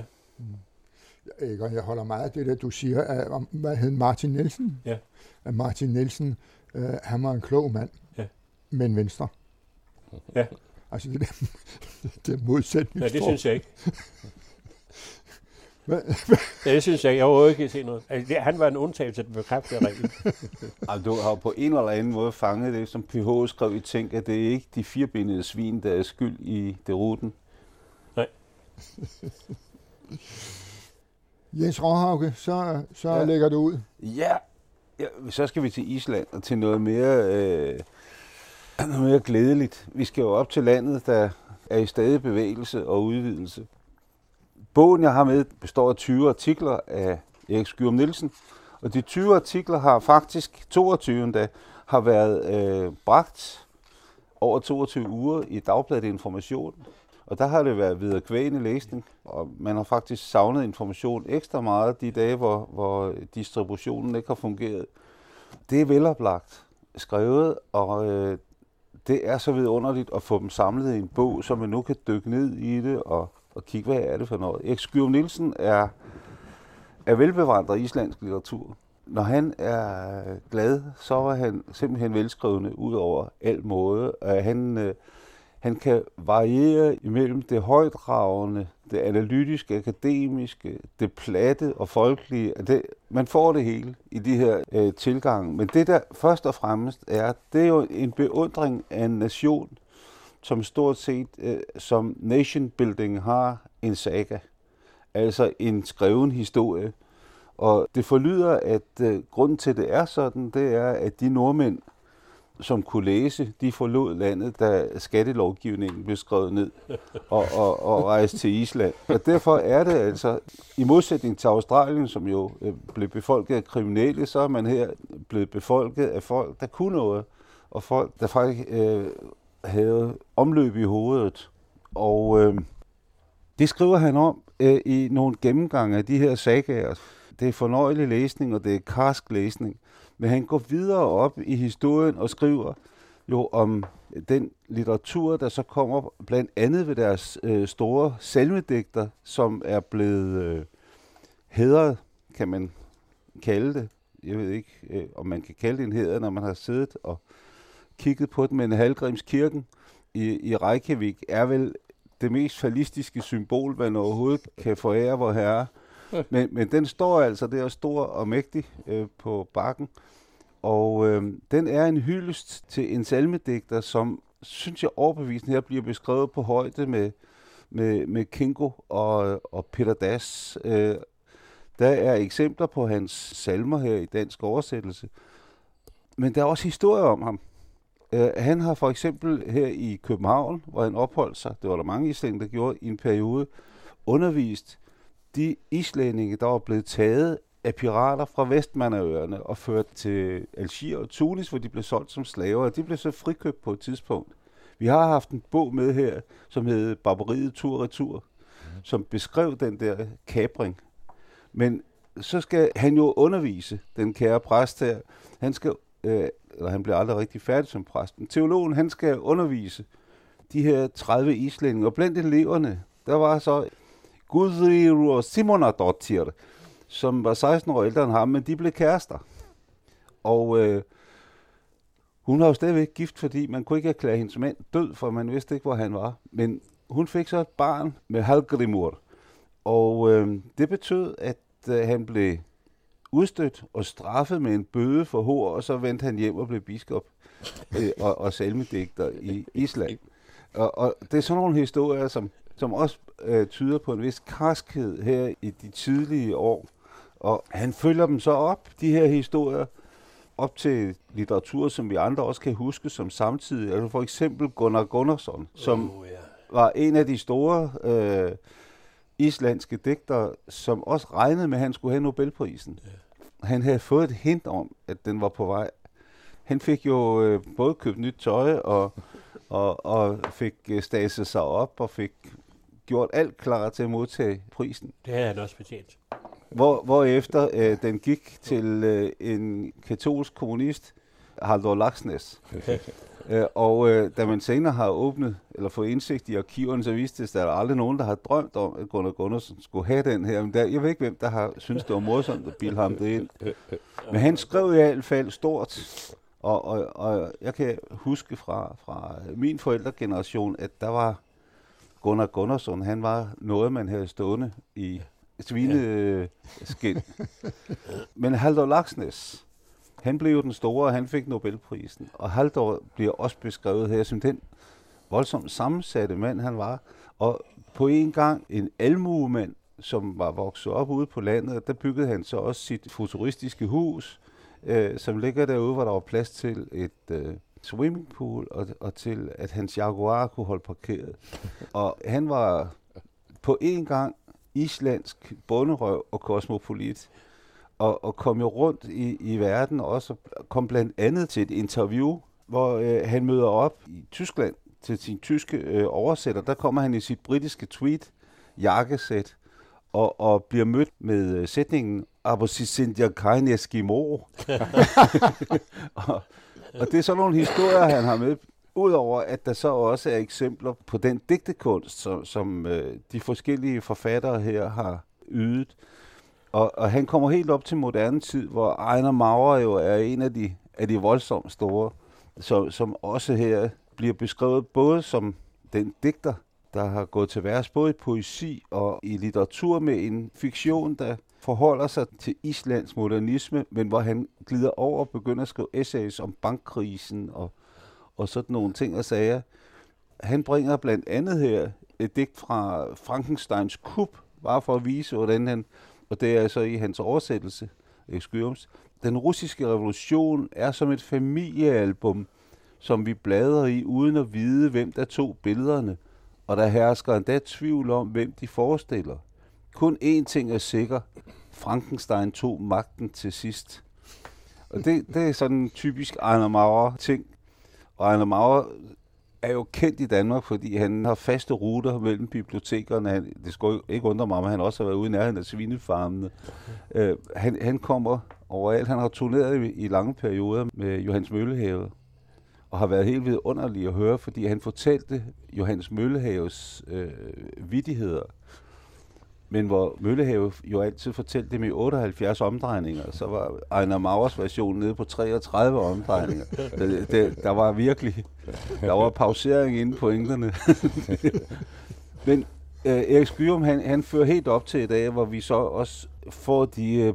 Mm. Jeg holder meget af det, der du siger, at, om, hvad hed Martin Nielsen? Ja. At Martin Nielsen, øh, han var en klog mand, ja. men venstre. Ja. Altså det der, det der modsætning. Ja, det synes jeg ikke. ja, det synes jeg ikke. Jeg overhovedet ikke se noget. Altså, det, han var en undtagelse, der bekræftede reglen. Altså, du har på en eller anden måde fanget det, som P H skrev i Tænk, at det er ikke de firebenede svin, der er skyld i deruten. Nej. Jens Råhauke, så, så ja. lægger du ud. Ja. ja, så skal vi til Island og til noget mere... Øh, Noget mere glædeligt. Vi skal jo op til landet, der er i stadig bevægelse og udvidelse. Bogen, jeg har med, består af tyve artikler af Erik Skyum Nielsen, og de tyve artikler har faktisk toogtyve endda, har været øh, bragt over toogtyve uger i Dagbladet Information. Og der har det været viderekvægende læsning, og man har faktisk savnet information ekstra meget de dage, hvor, hvor distributionen ikke har fungeret. Det er veloplagt skrevet, og øh, det er så vidunderligt at få dem samlet i en bog, så man nu kan dykke ned i det og, og kigge, hvad er det for noget. Erik Skyum Nielsen er, er velbevandret islandsk litteratur. Når han er glad, så var han simpelthen velskrivende ud over al måde. Han, øh, han kan variere imellem det højtravende, det analytiske, akademiske, det platte og folkelige. Det, man får det hele i de her øh, tilgange. Men det, der først og fremmest er, det er jo en beundring af en nation, som stort set øh, som nation building har en saga. Altså en skreven historie. Og det forlyder, at øh, grunden til, at det er sådan, det er, at de nordmænd, som kunne læse, de forlod landet, da skattelovgivningen blev skrevet ned og, og, og rejste til Island. Og derfor er det altså, i modsætning til Australien, som jo øh, blev befolket af kriminelle, så er man her blevet befolket af folk, der kunne noget, og folk, der faktisk øh, havde omløb i hovedet. Og øh, det skriver han om øh, i nogle gennemgange af de her sagaer. Det er fornøjelig læsning, og det er karsk læsning. Men han går videre op i historien og skriver jo om den litteratur, der så kommer blandt andet ved deres øh, store salmedigter, som er blevet øh, hædret, kan man kalde det. Jeg ved ikke, øh, om man kan kalde det en hæder, når man har siddet og kigget på den, men Hallgrímskirken i, i Reykjavik er vel det mest fallistiske symbol, man overhovedet kan forære vor herre. Men, men den står altså der stor og mægtig øh, på bakken. Og øh, den er en hyldest til en salmedigter, som, synes jeg, overbevisende her bliver beskrevet på højde med, med, med Kingo og, og Peter Dass. Øh, der er eksempler på hans salmer her i dansk oversættelse. Men der er også historier om ham. Uh, han har for eksempel her i København, hvor han opholdt sig, det var der mange islændinge, der gjorde i en periode, undervist de islændinge, der var blevet taget af pirater fra Vestmannaøerne og ført til Algier og Tunis, hvor de blev solgt som slaver, og de blev så frikøbt på et tidspunkt. Vi har haft en bog med her, som hed Barbariet tur retur, mm. som beskrev den der kapring. Men så skal han jo undervise, den kære præst her. Han skal øh, eller han bliver aldrig rigtig færdig som præst. Men teologen, han skal undervise de her tredive islændinge, og blandt eleverne, der var så Guðríður Simonardóttir, som var seksten år ældre end ham, men de blev kærester. Og øh, hun har jo stadigvæk gift, fordi man kunne ikke erklære hendes mand død, for man vidste ikke, hvor han var. Men hun fik så et barn med Hallgrímur, og øh, det betød, at øh, han blev udstødt og straffet med en bøde for hår, og så vendte han hjem og blev biskop øh, og, og salmedigter i Island. Og, og det er sådan nogle historier, som, som også øh, tyder på en vis karskhed her i de tidlige år. Og han følger dem så op, de her historier, op til litteratur, som vi andre også kan huske som samtidig. Altså for eksempel Gunnar Gunnarsson, som oh, yeah. var en af de store øh, islandske digtere, som også regnede med, at han skulle have Nobelprisen. Yeah. Han havde fået et hint om, at den var på vej. Han fik jo øh, både købt nyt tøj og, og, og fik øh, staset sig op og fik gjort alt klar til at modtage prisen. Det havde han også betjent. Hvor, hvorefter øh, den gik til øh, en katolsk kommunist, Halldór Laxness. øh, og øh, da man senere har åbnet, eller fået indsigt i arkiverne, så viste det sig, at der er aldrig nogen, der har drømt om, at Gunnar Gunnarsson skulle have den her. Men der, jeg ved ikke, hvem der har syntes, det var morsomt at bilde ham det ind. Men han skrev i hvert fald stort. Og, og, og jeg kan huske fra, fra min forældregeneration, at der var Gunnar Gunnarsson, han var noget, man havde stående i svineskin. Men Halldór Laxness, han blev jo den store, og han fik Nobelprisen. Og Halldór bliver også beskrevet her som den voldsomt sammensatte mand, han var. Og på en gang en almuemand, som var vokset op ude på landet, og der byggede han så også sit futuristiske hus, øh, som ligger derude, hvor der var plads til et øh, swimmingpool, og, og til at hans Jaguar kunne holde parkeret. Og han var på en gang islandsk bonderøv og kosmopolit, og, og kom jo rundt i, i verden, og også kom blandt andet til et interview, hvor øh, han møder op i Tyskland til sin tyske øh, oversætter. Der kommer han i sit britiske tweed jakkesæt, og, og bliver mødt med øh, sætningen "Aber Sie sind ja kein Eskimo". og, og det er sådan nogle historier, han har med, udover at der så også er eksempler på den digtekunst, som, som øh, de forskellige forfattere her har ydet. Og, og han kommer helt op til moderne tid, hvor Einar Már jo er en af de, af de voldsomt store, så, som også her bliver beskrevet både som den digter, der har gået til vers både i poesi og i litteratur med en fiktion, der forholder sig til Islands modernisme, men hvor han glider over og begynder at skrive essays om bankkrisen og, og sådan nogle ting og sager. Han bringer blandt andet her et digt fra Frankensteins Kup, bare for at vise, hvordan han, og det er så i hans oversættelse, Skyums, den russiske revolution er som et familiealbum, som vi bladrer i, uden at vide, hvem der tog billederne, og der hersker endda tvivl om, hvem de forestiller. Kun én ting er sikker. Frankenstein tog magten til sidst. Og det, det er sådan en typisk Einar Már ting. Og Einar Már er jo kendt i Danmark, fordi han har faste ruter mellem bibliotekerne. Han, det skulle ikke undre mig, om han også har været ude i nærheden af svinefarmene. Okay. Uh, han, han kommer overalt. Han har turneret i, i lange perioder med Johannes Møllehave, og har været helt vidunderlig at høre, fordi han fortalte Johannes Møllehaves øh, vittigheder. Men hvor Møllehave jo altid fortalte dem i otteoghalvfjerds omdrejninger, så var Einar Márs version nede på treogtredive omdrejninger. det, det, der var virkelig, der var pausering inde på pointerne. Men øh, Erik Skyum, han, han fører helt op til i dag, hvor vi så også får de øh,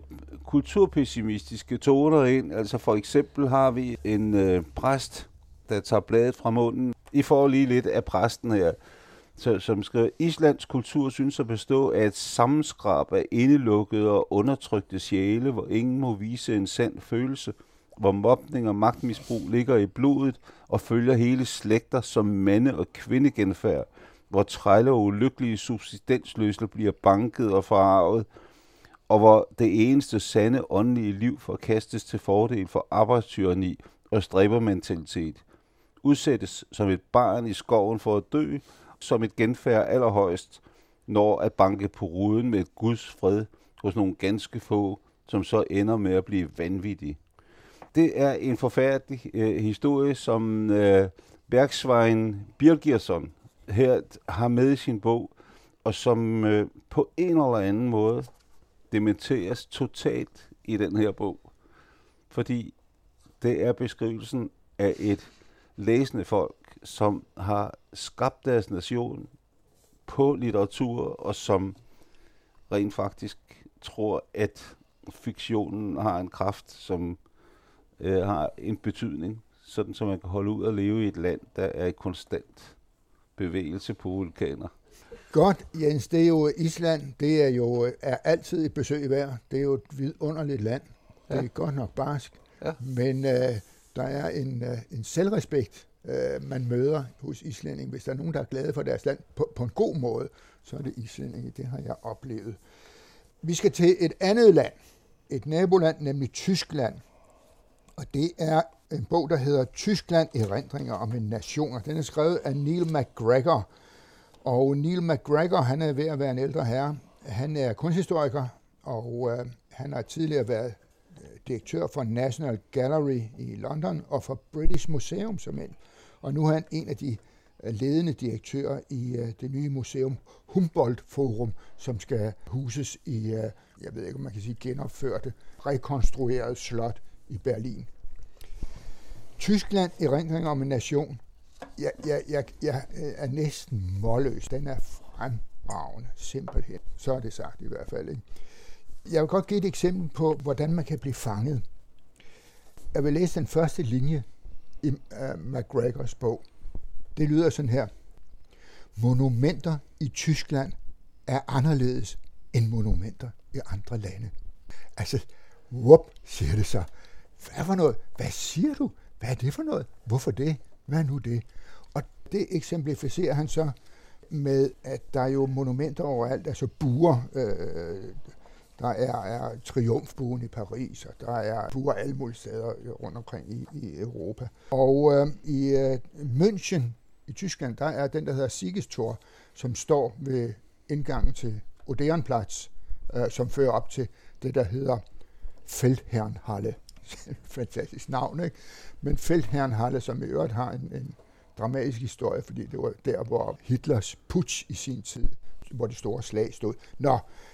kulturpessimistiske toner ind. Altså for eksempel har vi en øh, præst, der tager bladet fra munden. I får lige lidt af præsten her, så, som skriver, Islands kultur synes at bestå af et sammenskrab af indelukkede og undertrykte sjæle, hvor ingen må vise en sand følelse, hvor mobning og magtmisbrug ligger i blodet og følger hele slægter som mande- og kvindegenfærd, hvor trælle og ulykkelige subsistensløse bliver banket og forarvet, og hvor det eneste sande åndelige liv forkastes til fordel for arbejdstyrani og stræbermentalitet, udsættes som et barn i skoven for at dø, som et genfærd allerhøjst, når at banke på ruden med et Guds fred hos nogle ganske få, som så ender med at blive vanvittige. Det er en forfærdelig øh, historie, som øh, Bergsveien Birgirsson her har med i sin bog, og som øh, på en eller anden måde dementeres totalt i den her bog. Fordi det er beskrivelsen af et læsende folk, som har skabt deres nation på litteratur, og som rent faktisk tror, at fiktionen har en kraft, som øh, har en betydning, sådan så man kan holde ud og leve i et land, der er i konstant bevægelse på vulkaner. Godt, Jens, det er jo Island, det er jo er altid et besøg værd. Det er jo et vidunderligt land. Det er ja. godt nok barsk, ja. men øh, der er en, øh, en selvrespekt, øh, man møder hos islændinge. Hvis der er nogen, der er glade for deres land på, på en god måde, så er det islændinge. Det har jeg oplevet. Vi skal til et andet land, et naboland, nemlig Tyskland. Og det er en bog, der hedder Tyskland erindringer om en nation. Den er skrevet af Neil MacGregor. Og Neil MacGregor, han er ved at være en ældre herre. Han er kunsthistoriker, og øh, han har tidligere været direktør for National Gallery i London og for British Museum som en. Og nu er han en af de ledende direktører i øh, det nye museum Humboldt Forum, som skal huses i, øh, jeg ved ikke om man kan sige genopførte, rekonstrueret slot i Berlin. Tyskland erindringer om en nation. Jeg, jeg, jeg, jeg er næsten målløs. Den er fremragende, simpelthen. Så er det sagt i hvert fald. Ikke? Jeg vil godt give et eksempel på, hvordan man kan blive fanget. Jeg vil læse den første linje i uh, MacGregors bog. Det lyder sådan her. Monumenter i Tyskland er anderledes end monumenter i andre lande. Altså, whoop, siger det så. Hvad for noget? Hvad siger du? Hvad er det for noget? Hvorfor det? Hvad er nu det? Og det eksemplificerer han så med, at der er jo monumenter overalt, altså buer. Øh, der er, er Triumfbuen i Paris, og der er buer alle mulige steder rundt omkring i, i Europa. Og øh, i øh, München i Tyskland, der er den, der hedder Siegestor, som står ved indgangen til Odeonplatz, øh, som fører op til det, der hedder Feldherrnhalle. Fantastisk navn, ikke? Men Feldherrnhalle, som i øvrigt har en, en dramatisk historie, fordi det var der, hvor Hitlers putsch i sin tid, hvor det store slag stod. Nå,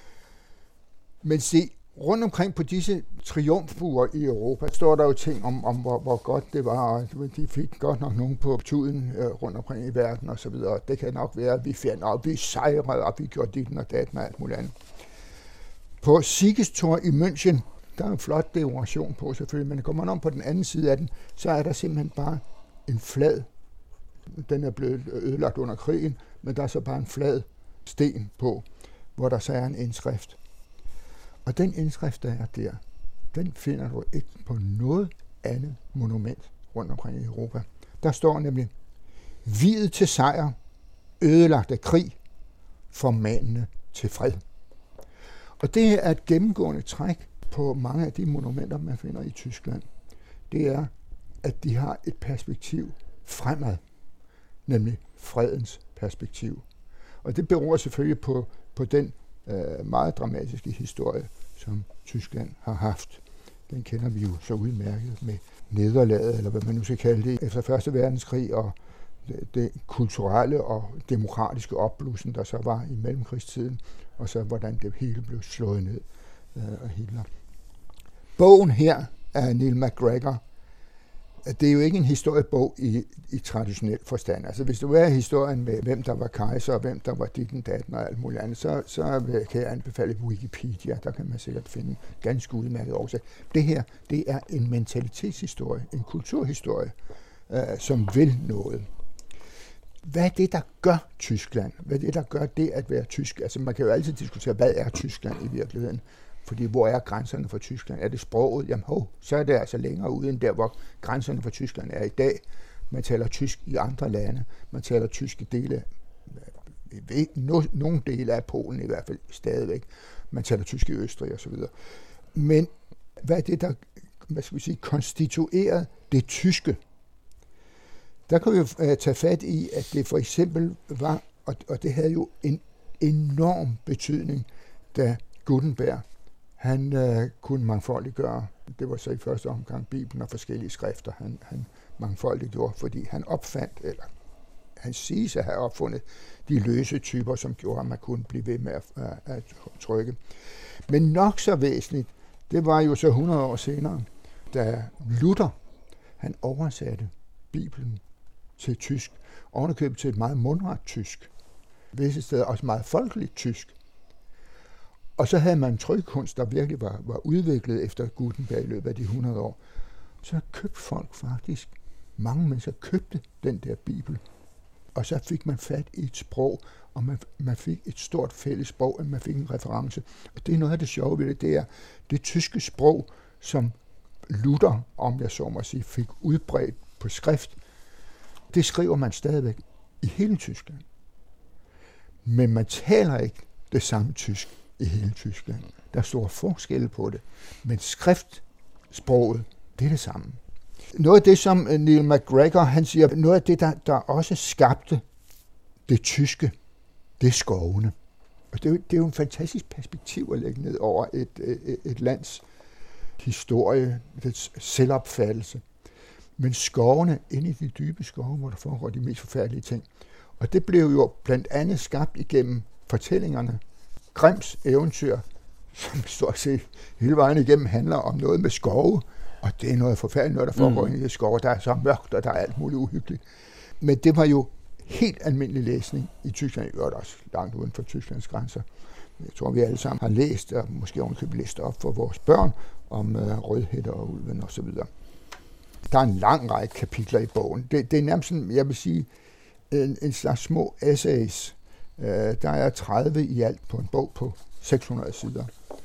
men se, rundt omkring på disse triumfbuer i Europa, står der jo ting om, om hvor, hvor godt det var, og de fik godt nok nogen på tuden øh, rundt omkring i verden og så videre. Det kan nok være, at vi fandt op, vi sejrede, og vi gjorde dit og dat med alt muligt andet. På Siegestor i München, der er en flot dekoration på selvfølgelig, men går man om på den anden side af den, så er der simpelthen bare en flad. Den er blevet ødelagt under krigen, men der er så bare en flad sten på, hvor der så er en indskrift. Og den indskrift, der er der, den finder du ikke på noget andet monument rundt omkring i Europa. Der står nemlig, viet til sejr, ødelagt af krig, formanende til fred. Og det er et gennemgående træk på mange af de monumenter, man finder i Tyskland. Det er, at de har et perspektiv fremad, nemlig fredens perspektiv. Og det beror selvfølgelig på, på den øh, meget dramatiske historie, som Tyskland har haft. Den kender vi jo så udmærket med nederlaget, eller hvad man nu skal kalde det, efter første verdenskrig, og det, det kulturelle og demokratiske opblussen, der så var i mellemkrigstiden, og så hvordan det hele blev slået ned af Hitler. Bogen her af Neil MacGregor Det er jo ikke en historiebog i, i traditionel forstand. Altså hvis du er historien med, hvem der var kejser, og hvem der var ditten, datten og alt muligt andet, så, så kan jeg anbefale Wikipedia. Der kan man sikkert finde ganske udmærket årsag. Det her, det er en mentalitetshistorie, en kulturhistorie, øh, som vil noget. Hvad er det, der gør Tyskland? Hvad er det, der gør det at være tysk? Altså man kan jo altid diskutere, hvad er Tyskland i virkeligheden? Fordi hvor er grænserne for Tyskland? Er det sproget? Jamen hov, så er det altså længere ude end der, hvor grænserne for Tyskland er i dag. Man taler tysk i andre lande. Man taler tysk i dele, nogle dele af Polen i hvert fald stadigvæk. Man taler tysk i Østrig osv. Men hvad er det, der hvad skal vi sige, konstituerer det tyske? Der kan vi jo tage fat i, at det for eksempel var, og det havde jo en enorm betydning, da Gutenberg Han øh, kunne mangfoldiggøre. Det var så i første omgang Bibelen og forskellige skrifter, han, han mangfoldiggjorde, fordi han opfandt, eller han siges at have opfundet de løse typer, som gjorde, at man kunne blive ved med at, at, at trykke. Men nok så væsentligt, det var jo så hundrede år senere, da Luther, han oversatte Bibelen til tysk, ovenikøbet til et meget mundret tysk, visse steder også meget folkeligt tysk. Og så havde man en trykkunst, der virkelig var, var udviklet efter Gutenberg i løbet af de hundrede år. Så købte folk faktisk, mange mennesker købte den der bibel. Og så fik man fat i et sprog, og man, man fik et stort fælles sprog, og man fik en reference. Og det er noget af det sjove ved det, det er det tyske sprog, som Luther, om jeg så må sige, fik udbredt på skrift. Det skriver man stadigvæk i hele Tyskland. Men man taler ikke det samme tysk i hele Tyskland. Der er store forskelle på det, men skriftsproget, det er det samme. Noget af det, som Neil MacGregor, han siger, noget af det, der, der også skabte det tyske, det er skovene. Og det er, jo, det er jo en fantastisk perspektiv at lægge ned over et, et, et lands historie, dets selvopfattelse. Men skovene, inde i de dybe skove, hvor der foregår de mest forfærdelige ting. Og det blev jo blandt andet skabt igennem fortællingerne. Grimms eventyr, som stort set hele vejen igennem handler om noget med skove, og det er noget forfærdeligt, noget der foregår mm. i de skove, der er så mørkt, og der er alt muligt uhyggeligt. Men det var jo helt almindelig læsning i Tyskland, i øvrigt også langt uden for Tysklands grænser. Jeg tror, vi alle sammen har læst, og måske ovenikøbet læst op for vores børn, om uh, rødhætter og ulven og så videre. Der er en lang række kapitler i bogen. Det, det er nærmest sådan, jeg vil sige, en, en slags små essays. Uh, der er tredive i alt på en bog på seks hundrede sider.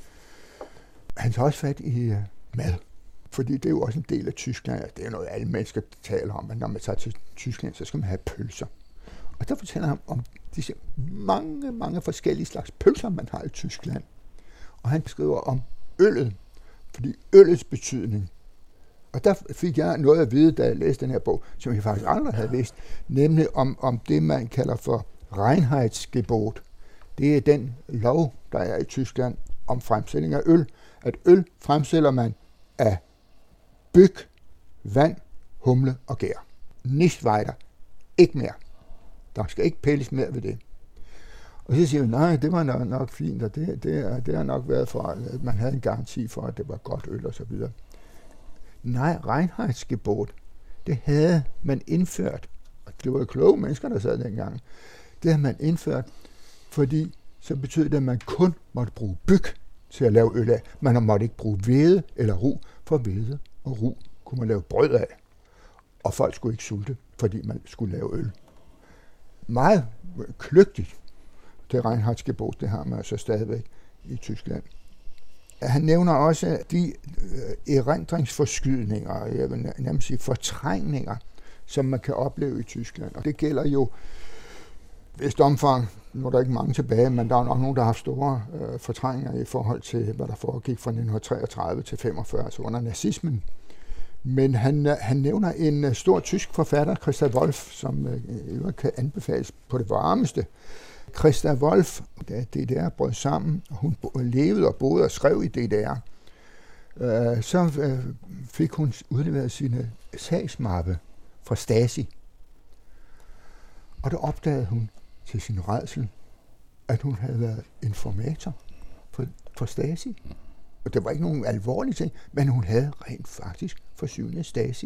Han tager også fat i uh, mad, fordi det er jo også en del af Tyskland. Det er noget, alle mennesker taler om, at når man tager til Tyskland, så skal man have pølser. Og der fortæller han om disse mange, mange forskellige slags pølser, man har i Tyskland. Og han beskriver om øllet, fordi øllets betydning. Og der fik jeg noget at vide, da jeg læste den her bog, som jeg faktisk aldrig havde læst, nemlig om, om det, man kalder for Reinheitsgebot. Det er den lov, der er i Tyskland om fremstilling af øl. At øl fremstiller man af byg, vand, humle og gær. Nicht weiter. Ikke mere. Der skal ikke pælles mere ved det. Og så siger vi, nej, det var nok, nok fint, og det, det, det har nok været for, at man havde en garanti for, at det var godt øl og så videre. Nej, Reinheitsgebot, det havde man indført, og det var jo kloge mennesker, der sad dengang, det havde man indført, fordi så betød det, at man kun måtte bruge byg til at lave øl af. Man måtte ikke bruge hvede eller ru, for hvede og ru kunne man lave brød af. Og folk skulle ikke sulte, fordi man skulle lave øl. Meget kløgtigt. Det Reinheitsgebot, det har man så stadigvæk i Tyskland. Han nævner også de erindringsforskydninger, jeg vil nærmest sige fortrængninger, som man kan opleve i Tyskland. Og det gælder jo vist omfang, nu er der ikke mange tilbage, men der er nok nogen, der har haft store øh, fortrængninger i forhold til, hvad der foregik fra nitten treogtredive til femogfyrre, altså under nazismen. Men han, han nævner en uh, stor tysk forfatter, Christa Wolf, som uh, kan anbefales på det varmeste. Christa Wolf, da D D R brød sammen, og hun levede og boede og skrev i D D R, uh, så uh, fik hun udleveret sine sagsmappe fra Stasi. Og der opdagede hun til sin rædsel, at hun havde været informator for, for Stasi. Og det var ikke nogen alvorlige ting, men hun havde rent faktisk forsynet Stasi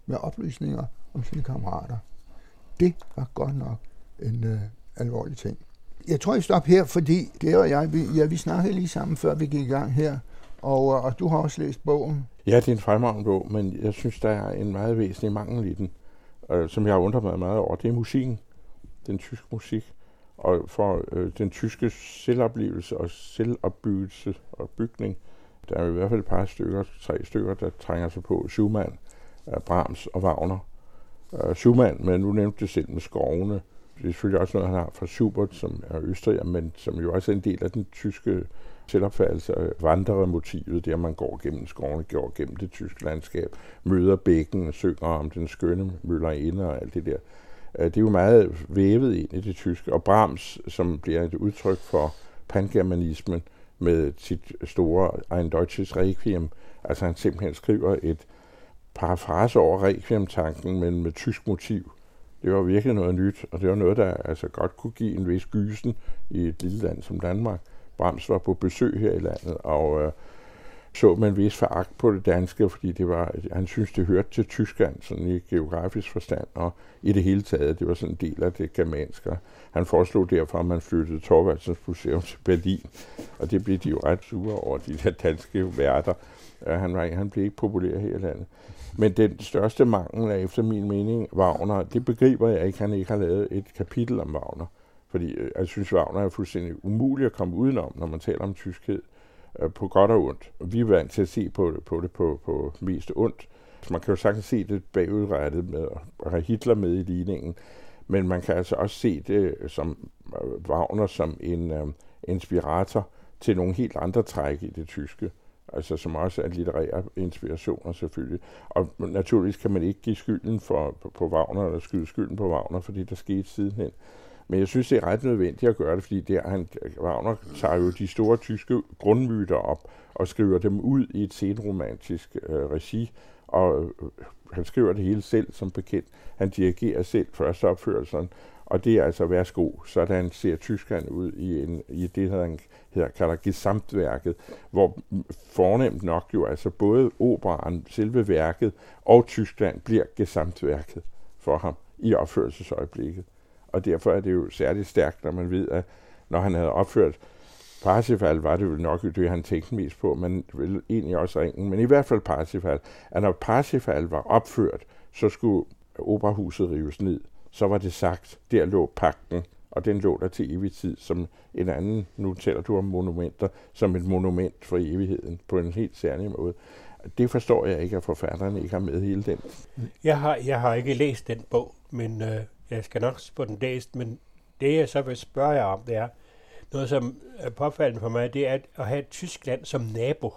med oplysninger om sine kammerater. Det var godt nok en øh, alvorlig ting. Jeg tror, jeg stopper her, fordi det og jeg, vi, ja, vi snakkede lige sammen, før vi gik i gang her, og, og du har også læst bogen. Ja, det er en fremragende bog, men jeg synes, der er en meget væsentlig mangel i den, øh, som jeg har undret mig meget over. Det er musikken, den tyske musik, og for øh, den tyske selvoplevelse og selvopbyggelse og bygning. Der er i hvert fald et par stykker, tre stykker, der trænger sig på. Schumann, Brahms og Wagner. Uh, Schumann, men nu nævnte det selv med skovene. Det er selvfølgelig også noget, han har fra Schubert, som er østriger, men som jo også er en del af den tyske selvopfattelse af vandremotivet, der man går gennem skovene, går gennem det tyske landskab, møder bækken og synger om den skønne møllerinde og alt det der. Uh, det er jo meget vævet ind i det tyske. Og Brahms, som bliver et udtryk for pangermanismen, med sit store Ein Deutsches Requiem. Altså han simpelthen skriver et parafrase over Requiem-tanken, men med tysk motiv. Det var virkelig noget nyt, og det var noget, der altså godt kunne give en vis gysen i et lille land som Danmark. Brahms var på besøg her i landet, og øh, så med en vis foragt på det danske, fordi det var, han synes det hørte til Tyskland, sådan i geografisk forstand, og i det hele taget, det var sådan en del af det germanske. Han foreslog derfor, at man flyttede Thorvaldsens Museum til Berlin, og det blev de jo ret sure over, de der danske værter. Han, var, han blev ikke populær her i landet. Men den største mangel er efter min mening Wagner. Det begriber jeg ikke, han ikke har lavet et kapitel om Wagner. Fordi jeg synes, Wagner er fuldstændig umulig at komme udenom, når man taler om tyskhed, på godt og ondt. Vi er vant til at se på det på, det på, på mest ondt. Man kan jo sagtens se det bagudrettet med at have Hitler med i ligningen, men man kan altså også se det som Wagner som en uh, inspirator til nogle helt andre træk i det tyske, altså som også er litterære inspirationer selvfølgelig. Og naturligvis kan man ikke give skylden for, på, på Wagner, eller skyde skylden på Wagner, fordi der skete sidenhen. Men jeg synes, det er ret nødvendigt at gøre det, fordi der, han, Wagner tager jo de store tyske grundmyter op og skriver dem ud i et senromantisk øh, regi, og øh, han skriver det hele selv som bekendt. Han dirigerer selv første opførelsen, og det er altså værsgo. Sådan ser Tyskland ud i, en, i det, han hedder, kalder gesamtværket, hvor fornemt nok jo altså både operaen, selve værket og Tyskland bliver gesamtværket for ham i opførelsesøjeblikket. Og derfor er det jo særligt stærkt, når man ved, at når han havde opført Parsifal, var det jo nok det, han tænkte mest på, men vel egentlig også Ringen, men i hvert fald Parsifal. At når Parsifal var opført, så skulle operahuset rives ned. Så var det sagt, der lå pagten, og den lå der til evig tid som en anden, nu taler du om monumenter, som et monument for evigheden på en helt særlig måde. Det forstår jeg ikke, at forfatterne ikke har med hele den. Jeg har, jeg har ikke læst den bog, men øh, jeg skal nok på den læst, men det jeg så vil spørge jer om, det er, noget som er påfaldende for mig, det er at have Tyskland som nabo.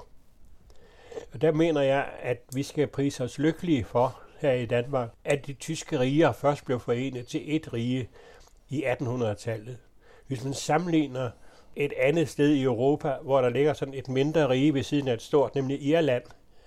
Og der mener jeg, at vi skal prise os lykkelige for her i Danmark, at de tyske riger først blev forenet til et rige i attenhundredetallet. Hvis man sammenligner et andet sted i Europa, hvor der ligger sådan et mindre rige ved siden af et stort, nemlig Irland,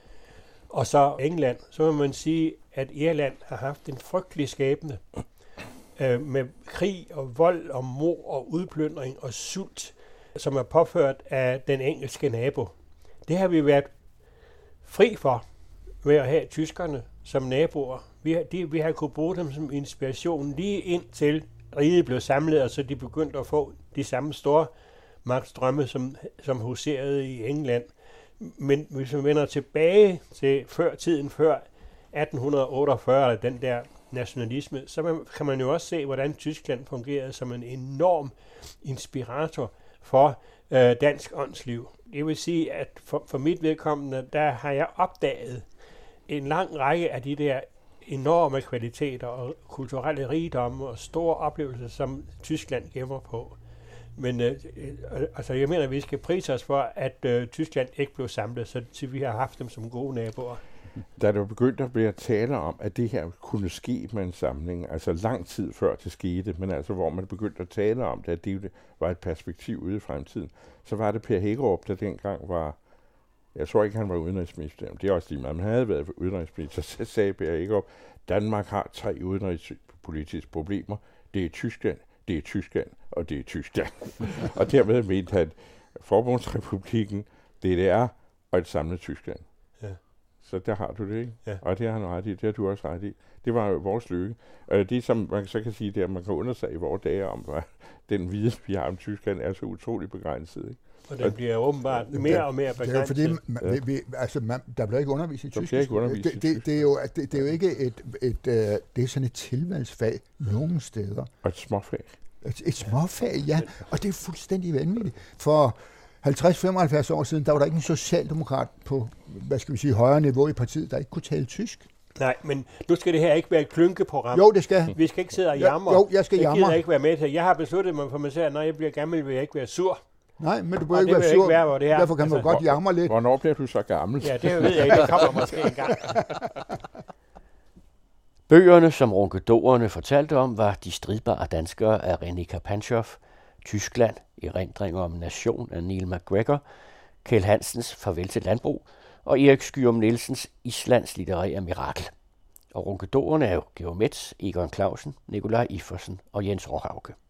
og så England, så må man sige, at Irland har haft en frygtelig skæbne øh, med krig og vold og mord og udplyndring og sult, som er påført af den engelske nabo. Det har vi været fri for ved at have tyskerne som naboer. Vi har, de, vi har kunnet bruge dem som inspiration lige indtil riget blev samlet, og så de begyndte at få de samme store magtstrømme, som, som huserede i England. Men hvis man vender tilbage til før tiden, før atten otteogfyrre, eller den der nationalisme, så man, kan man jo også se, hvordan Tyskland fungerede som en enorm inspirator for øh, dansk åndsliv. Det vil sige, at for, for mit vedkommende, der har jeg opdaget en lang række af de der enorme kvaliteter og kulturelle rigdomme og store oplevelser, som Tyskland gemmer på. Men øh, altså, jeg mener, at vi skal prise os for, at øh, Tyskland ikke blev samlet, så, så vi har haft dem som gode naboer. Da det var begyndt at blive tale om, at det her kunne ske med en samling, altså lang tid før det skete, men altså hvor man begyndte at tale om det, at det var et perspektiv ude i fremtiden, så var det Per Hækkerup, der dengang var, jeg tror ikke, han var udenrigsminister, det er også lige meget, men han havde været udenrigsminister, så sagde Per Hækkerup, Danmark har tre udenrigspolitiske problemer, det er Tyskland, det er Tyskland, og det er Tyskland. Og dermed mente han Forbundsrepublikken, D D R og et samlet Tyskland. Ja. Så der har du det, ikke? Ja. Og det har han ret i, det har du også ret i. Det var jo vores lykke. Øh, det, som man så kan sige, det er, at man kan undre sig i vores dage om, at den viden, vi har om Tyskland, er så utrolig begrænset, ikke? Og den bliver åbenbart mere og mere begrænset. Det er jo fordi, man, ja. vi, vi, altså, man, der bliver ikke undervist i tysk. Ikke undervist det, det, det, er jo, det, det er jo ikke et, et, et, det er sådan et tilvalgsfag nogen steder. Og et småfag. Et, et småfag, ja. Og det er fuldstændig vanvittigt. For halvtreds til femoghalvfjerds år siden, der var der ikke en socialdemokrat på, hvad skal vi sige, højere niveau i partiet, der ikke kunne tale tysk. Nej, men nu skal det her ikke være et klynkeprogram. Jo, det skal. Vi skal ikke sidde og jamre. Jo, jeg skal jamre. jamre. Det gider jeg ikke være med til. Jeg har besluttet mig for mig selv, at når jeg bliver gammel, vil jeg ikke være sur. Nej, men du bør og ikke være sur. Ikke være, hvor det er. Derfor kan man altså, godt jamre lidt. Hvornår bliver du så gammel? Ja, det ved jeg ikke. Det kommer måske en gang. Bøgerne, som ronkedorerne fortalte om, var De stridbare danskere af René Karpantschov, Tyskland, erindringer om nation af Neil MacGregor, Kjeld Hansens Farvel til landbrug og Erik Skyum Nielsens Islands litterære mirakel. Og ronkedorerne er jo Georg Metz, Egon Clausen, Nikolaj Iffersen og Jens Rohauke.